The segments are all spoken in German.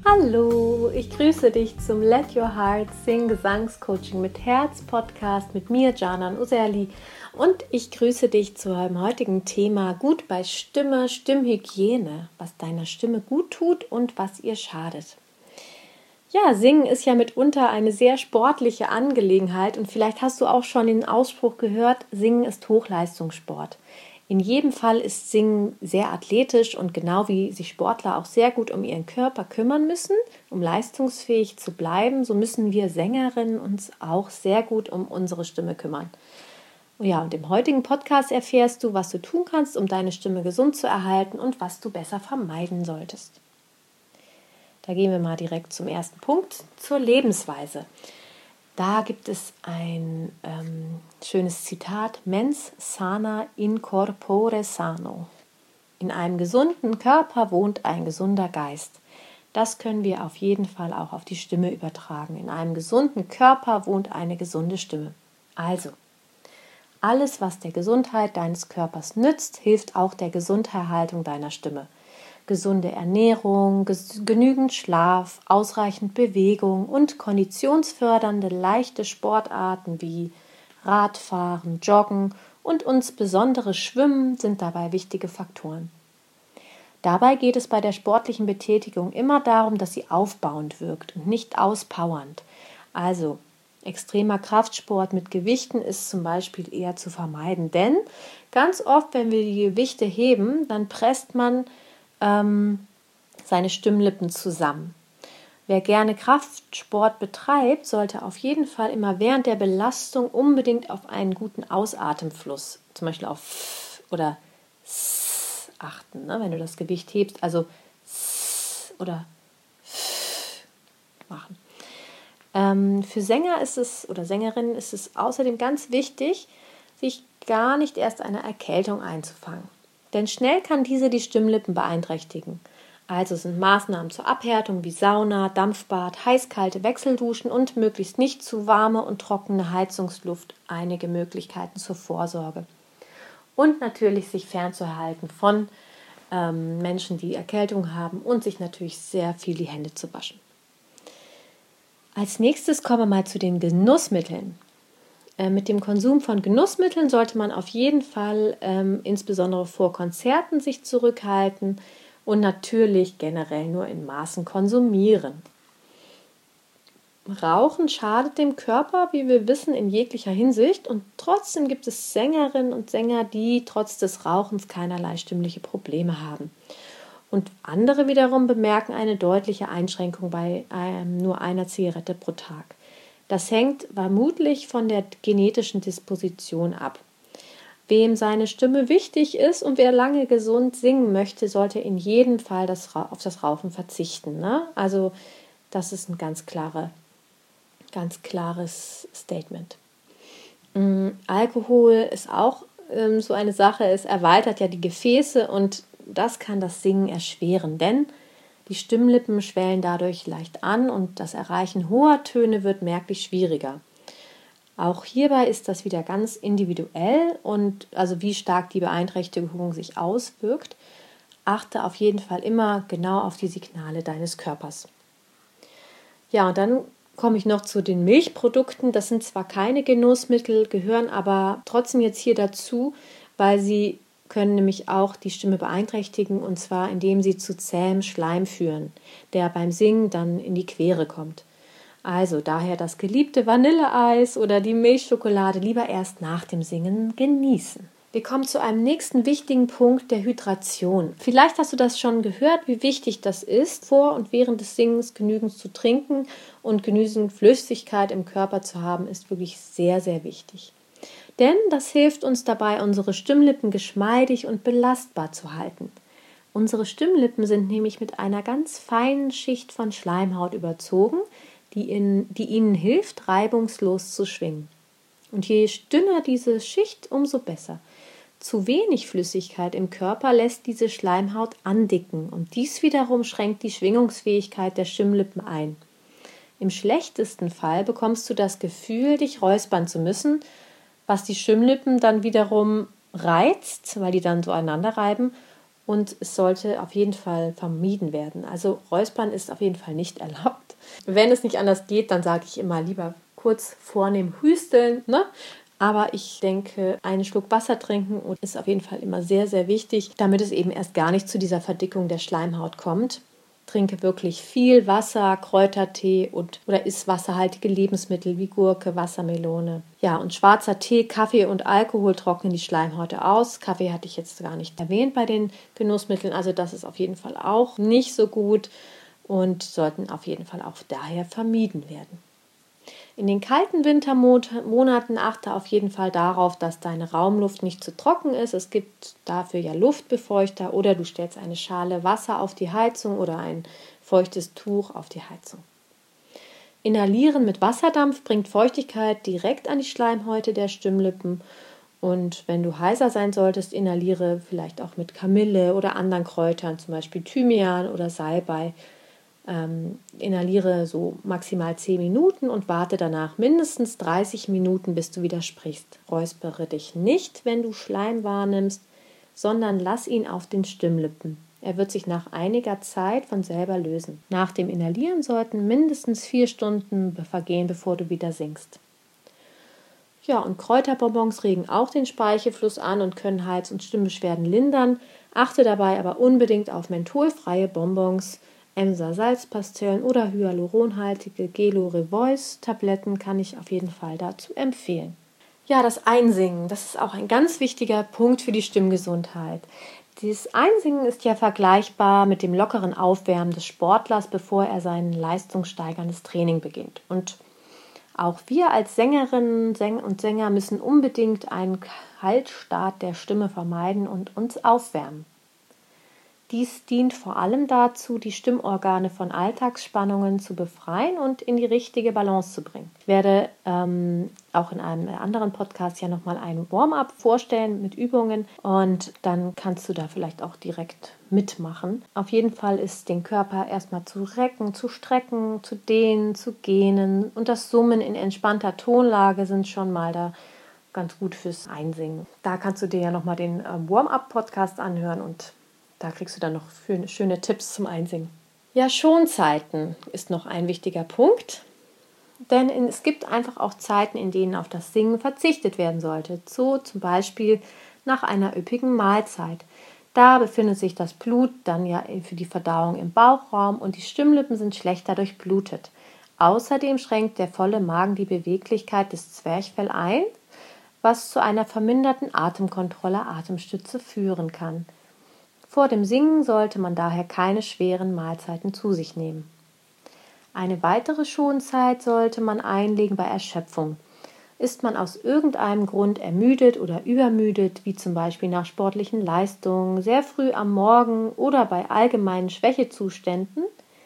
Hallo, ich grüße dich zum Let Your Heart Sing Gesangscoaching mit Herz Podcast mit mir, Canan Userli, und ich grüße dich zu einem heutigen Thema Gut bei Stimme, Stimmhygiene, was deiner Stimme gut tut und was ihr schadet. Ja, Singen ist ja mitunter eine sehr sportliche Angelegenheit und vielleicht hast du auch schon den Ausspruch gehört, Singen ist Hochleistungssport. In jedem Fall ist Singen sehr athletisch und genau wie sich Sportler auch sehr gut um ihren Körper kümmern müssen, um leistungsfähig zu bleiben, so müssen wir Sängerinnen uns auch sehr gut um unsere Stimme kümmern. Ja, und im heutigen Podcast erfährst du, was du tun kannst, um deine Stimme gesund zu erhalten und was du besser vermeiden solltest. Da gehen wir mal direkt zum ersten Punkt, zur Lebensweise. Da gibt es ein schönes Zitat, mens sana in corpore sano. In einem gesunden Körper wohnt ein gesunder Geist. Das können wir auf jeden Fall auch auf die Stimme übertragen. In einem gesunden Körper wohnt eine gesunde Stimme. Also, alles, was der Gesundheit deines Körpers nützt, hilft auch der Gesunderhaltung deiner Stimme. Gesunde Ernährung, genügend Schlaf, ausreichend Bewegung und konditionsfördernde leichte Sportarten wie Radfahren, Joggen und insbesondere Schwimmen sind dabei wichtige Faktoren. Dabei geht es bei der sportlichen Betätigung immer darum, dass sie aufbauend wirkt und nicht auspowernd. Also extremer Kraftsport mit Gewichten ist zum Beispiel eher zu vermeiden, denn ganz oft, wenn wir die Gewichte heben, dann presst man seine Stimmlippen zusammen. Wer gerne Kraftsport betreibt, sollte auf jeden Fall immer während der Belastung unbedingt auf einen guten Ausatemfluss, zum Beispiel auf F oder S achten, ne? Wenn du das Gewicht hebst, also S oder F machen. Für Sänger ist es oder Sängerinnen ist es außerdem ganz wichtig, sich gar nicht erst eine Erkältung einzufangen. Denn schnell kann diese die Stimmlippen beeinträchtigen. Also sind Maßnahmen zur Abhärtung wie Sauna, Dampfbad, heiß-kalte Wechselduschen und möglichst nicht zu warme und trockene Heizungsluft einige Möglichkeiten zur Vorsorge. Und natürlich sich fernzuhalten von Menschen, die Erkältung haben und sich natürlich sehr viel die Hände zu waschen. Als nächstes kommen wir mal zu den Genussmitteln. Mit dem Konsum von Genussmitteln sollte man auf jeden Fall insbesondere vor Konzerten sich zurückhalten und natürlich generell nur in Maßen konsumieren. Rauchen schadet dem Körper, wie wir wissen, in jeglicher Hinsicht und trotzdem gibt es Sängerinnen und Sänger, die trotz des Rauchens keinerlei stimmliche Probleme haben. Und andere wiederum bemerken eine deutliche Einschränkung bei nur einer Zigarette pro Tag. Das hängt vermutlich von der genetischen Disposition ab. Wem seine Stimme wichtig ist und wer lange gesund singen möchte, sollte in jedem Fall auf das Rauchen verzichten. Ne? Also das ist ein ganz klares Statement. Alkohol ist auch so eine Sache, es erweitert ja die Gefäße und das kann das Singen erschweren, denn die Stimmlippen schwellen dadurch leicht an und das Erreichen hoher Töne wird merklich schwieriger. Auch hierbei ist das wieder ganz individuell und also wie stark die Beeinträchtigung sich auswirkt. Achte auf jeden Fall immer genau auf die Signale deines Körpers. Ja, und dann komme ich noch zu den Milchprodukten. Das sind zwar keine Genussmittel, gehören aber trotzdem jetzt hier dazu, weil sie können nämlich auch die Stimme beeinträchtigen und zwar indem sie zu zähem Schleim führen, der beim Singen dann in die Quere kommt. Also daher das geliebte Vanilleeis oder die Milchschokolade lieber erst nach dem Singen genießen. Wir kommen zu einem nächsten wichtigen Punkt, der Hydration. Vielleicht hast du das schon gehört, wie wichtig das ist, vor und während des Singens genügend zu trinken und genügend Flüssigkeit im Körper zu haben, ist wirklich sehr, sehr wichtig. Denn das hilft uns dabei, unsere Stimmlippen geschmeidig und belastbar zu halten. Unsere Stimmlippen sind nämlich mit einer ganz feinen Schicht von Schleimhaut überzogen, die ihnen hilft, reibungslos zu schwingen. Und je dünner diese Schicht, umso besser. Zu wenig Flüssigkeit im Körper lässt diese Schleimhaut andicken und dies wiederum schränkt die Schwingungsfähigkeit der Stimmlippen ein. Im schlechtesten Fall bekommst du das Gefühl, dich räuspern zu müssen, was die Stimmlippen dann wiederum reizt, weil die dann so aneinander reiben und es sollte auf jeden Fall vermieden werden. Also Räuspern ist auf jeden Fall nicht erlaubt. Wenn es nicht anders geht, dann sage ich immer lieber kurz vornehm hüsteln, ne? Aber ich denke, einen Schluck Wasser trinken ist auf jeden Fall immer sehr, sehr wichtig, damit es eben erst gar nicht zu dieser Verdickung der Schleimhaut kommt. Trinke wirklich viel Wasser, Kräutertee oder iss wasserhaltige Lebensmittel wie Gurke, Wassermelone. Ja, und schwarzer Tee, Kaffee und Alkohol trocknen die Schleimhäute aus. Kaffee hatte ich jetzt gar nicht erwähnt bei den Genussmitteln, also das ist auf jeden Fall auch nicht so gut und sollten auf jeden Fall auch daher vermieden werden. In den kalten Wintermonaten achte auf jeden Fall darauf, dass deine Raumluft nicht zu trocken ist. Es gibt dafür ja Luftbefeuchter oder du stellst eine Schale Wasser auf die Heizung oder ein feuchtes Tuch auf die Heizung. Inhalieren mit Wasserdampf bringt Feuchtigkeit direkt an die Schleimhäute der Stimmlippen. Und wenn du heiser sein solltest, inhaliere vielleicht auch mit Kamille oder anderen Kräutern, zum Beispiel Thymian oder Salbei. Inhaliere so maximal 10 Minuten und warte danach mindestens 30 Minuten, bis du wieder sprichst. Räuspere dich nicht, wenn du Schleim wahrnimmst, sondern lass ihn auf den Stimmlippen. Er wird sich nach einiger Zeit von selber lösen. Nach dem Inhalieren sollten mindestens 4 Stunden vergehen, bevor du wieder singst. Ja, und Kräuterbonbons regen auch den Speichelfluss an und können Hals- und Stimmbeschwerden lindern. Achte dabei aber unbedingt auf mentholfreie Bonbons. Emser Salzpastillen oder hyaluronhaltige Gelo-Revoice-Tabletten kann ich auf jeden Fall dazu empfehlen. Ja, das Einsingen, das ist auch ein ganz wichtiger Punkt für die Stimmgesundheit. Dieses Einsingen ist ja vergleichbar mit dem lockeren Aufwärmen des Sportlers, bevor er sein leistungssteigerndes Training beginnt. Und auch wir als Sängerinnen und Sänger müssen unbedingt einen Kaltstart der Stimme vermeiden und uns aufwärmen. Dies dient vor allem dazu, die Stimmorgane von Alltagsspannungen zu befreien und in die richtige Balance zu bringen. Ich werde auch in einem anderen Podcast ja nochmal ein Warm-up vorstellen mit Übungen und dann kannst du da vielleicht auch direkt mitmachen. Auf jeden Fall ist den Körper erstmal zu recken, zu strecken, zu dehnen, zu gähnen und das Summen in entspannter Tonlage sind schon mal da ganz gut fürs Einsingen. Da kannst du dir ja nochmal den Warm-up-Podcast anhören und da kriegst du dann noch schöne Tipps zum Einsingen. Ja, Schonzeiten ist noch ein wichtiger Punkt, denn es gibt einfach auch Zeiten, in denen auf das Singen verzichtet werden sollte. So zum Beispiel nach einer üppigen Mahlzeit. Da befindet sich das Blut dann ja für die Verdauung im Bauchraum und die Stimmlippen sind schlechter durchblutet. Außerdem schränkt der volle Magen die Beweglichkeit des Zwerchfell ein, was zu einer verminderten Atemkontrolle, Atemstütze führen kann. Vor dem Singen sollte man daher keine schweren Mahlzeiten zu sich nehmen. Eine weitere Schonzeit sollte man einlegen bei Erschöpfung. Ist man aus irgendeinem Grund ermüdet oder übermüdet, wie zum Beispiel nach sportlichen Leistungen, sehr früh am Morgen oder bei allgemeinen Schwächezuständen,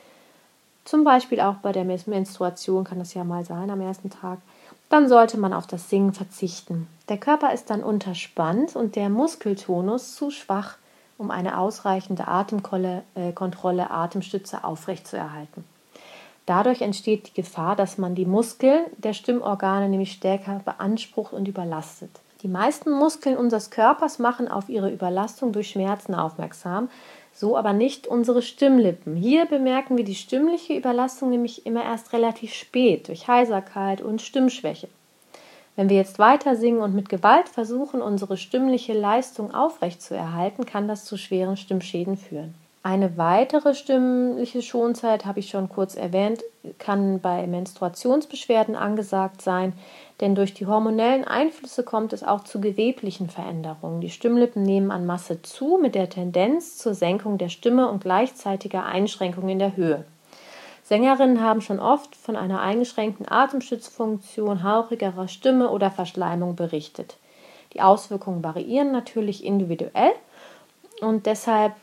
zum Beispiel auch bei der Menstruation kann das ja mal sein am ersten Tag, dann sollte man auf das Singen verzichten. Der Körper ist dann unterspannt und der Muskeltonus zu schwach, um eine ausreichende Atemkontrolle, Atemstütze aufrechtzuerhalten. Dadurch entsteht die Gefahr, dass man die Muskeln der Stimmorgane nämlich stärker beansprucht und überlastet. Die meisten Muskeln unseres Körpers machen auf ihre Überlastung durch Schmerzen aufmerksam, so aber nicht unsere Stimmlippen. Hier bemerken wir die stimmliche Überlastung nämlich immer erst relativ spät durch Heiserkeit und Stimmschwäche. Wenn wir jetzt weiter singen und mit Gewalt versuchen, unsere stimmliche Leistung aufrechtzuerhalten, kann das zu schweren Stimmschäden führen. Eine weitere stimmliche Schonzeit, habe ich schon kurz erwähnt, kann bei Menstruationsbeschwerden angesagt sein, denn durch die hormonellen Einflüsse kommt es auch zu geweblichen Veränderungen. Die Stimmlippen nehmen an Masse zu, mit der Tendenz zur Senkung der Stimme und gleichzeitiger Einschränkung in der Höhe. Sängerinnen haben schon oft von einer eingeschränkten Atemschutzfunktion, hauchigerer Stimme oder Verschleimung berichtet. Die Auswirkungen variieren natürlich individuell und deshalb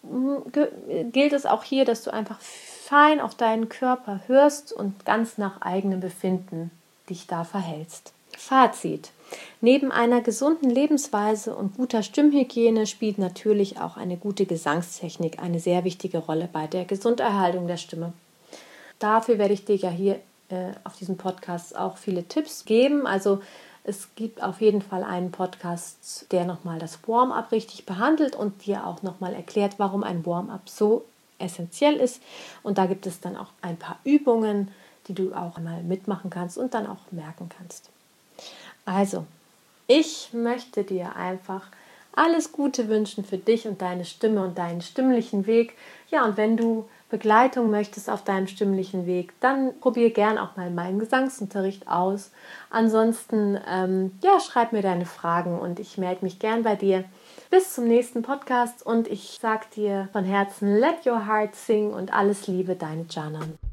gilt es auch hier, dass du einfach fein auf deinen Körper hörst und ganz nach eigenem Befinden dich da verhältst. Fazit: Neben einer gesunden Lebensweise und guter Stimmhygiene spielt natürlich auch eine gute Gesangstechnik eine sehr wichtige Rolle bei der Gesunderhaltung der Stimme. Dafür werde ich dir ja hier auf diesem Podcast auch viele Tipps geben. Also Es gibt auf jeden Fall einen Podcast, der nochmal das Warm-up richtig behandelt und dir auch nochmal erklärt, warum ein Warm-up so essentiell ist. Und da gibt es dann auch ein paar Übungen, die du auch mal mitmachen kannst und dann auch merken kannst. Also, ich möchte dir einfach alles Gute wünschen für dich und deine Stimme und deinen stimmlichen Weg. Ja, und wenn du Begleitung möchtest auf deinem stimmlichen Weg, dann probier gern auch mal meinen Gesangsunterricht aus. Ansonsten, schreib mir deine Fragen und ich melde mich gern bei dir. Bis zum nächsten Podcast und ich sage dir von Herzen, let your heart sing und alles Liebe, deine Canan.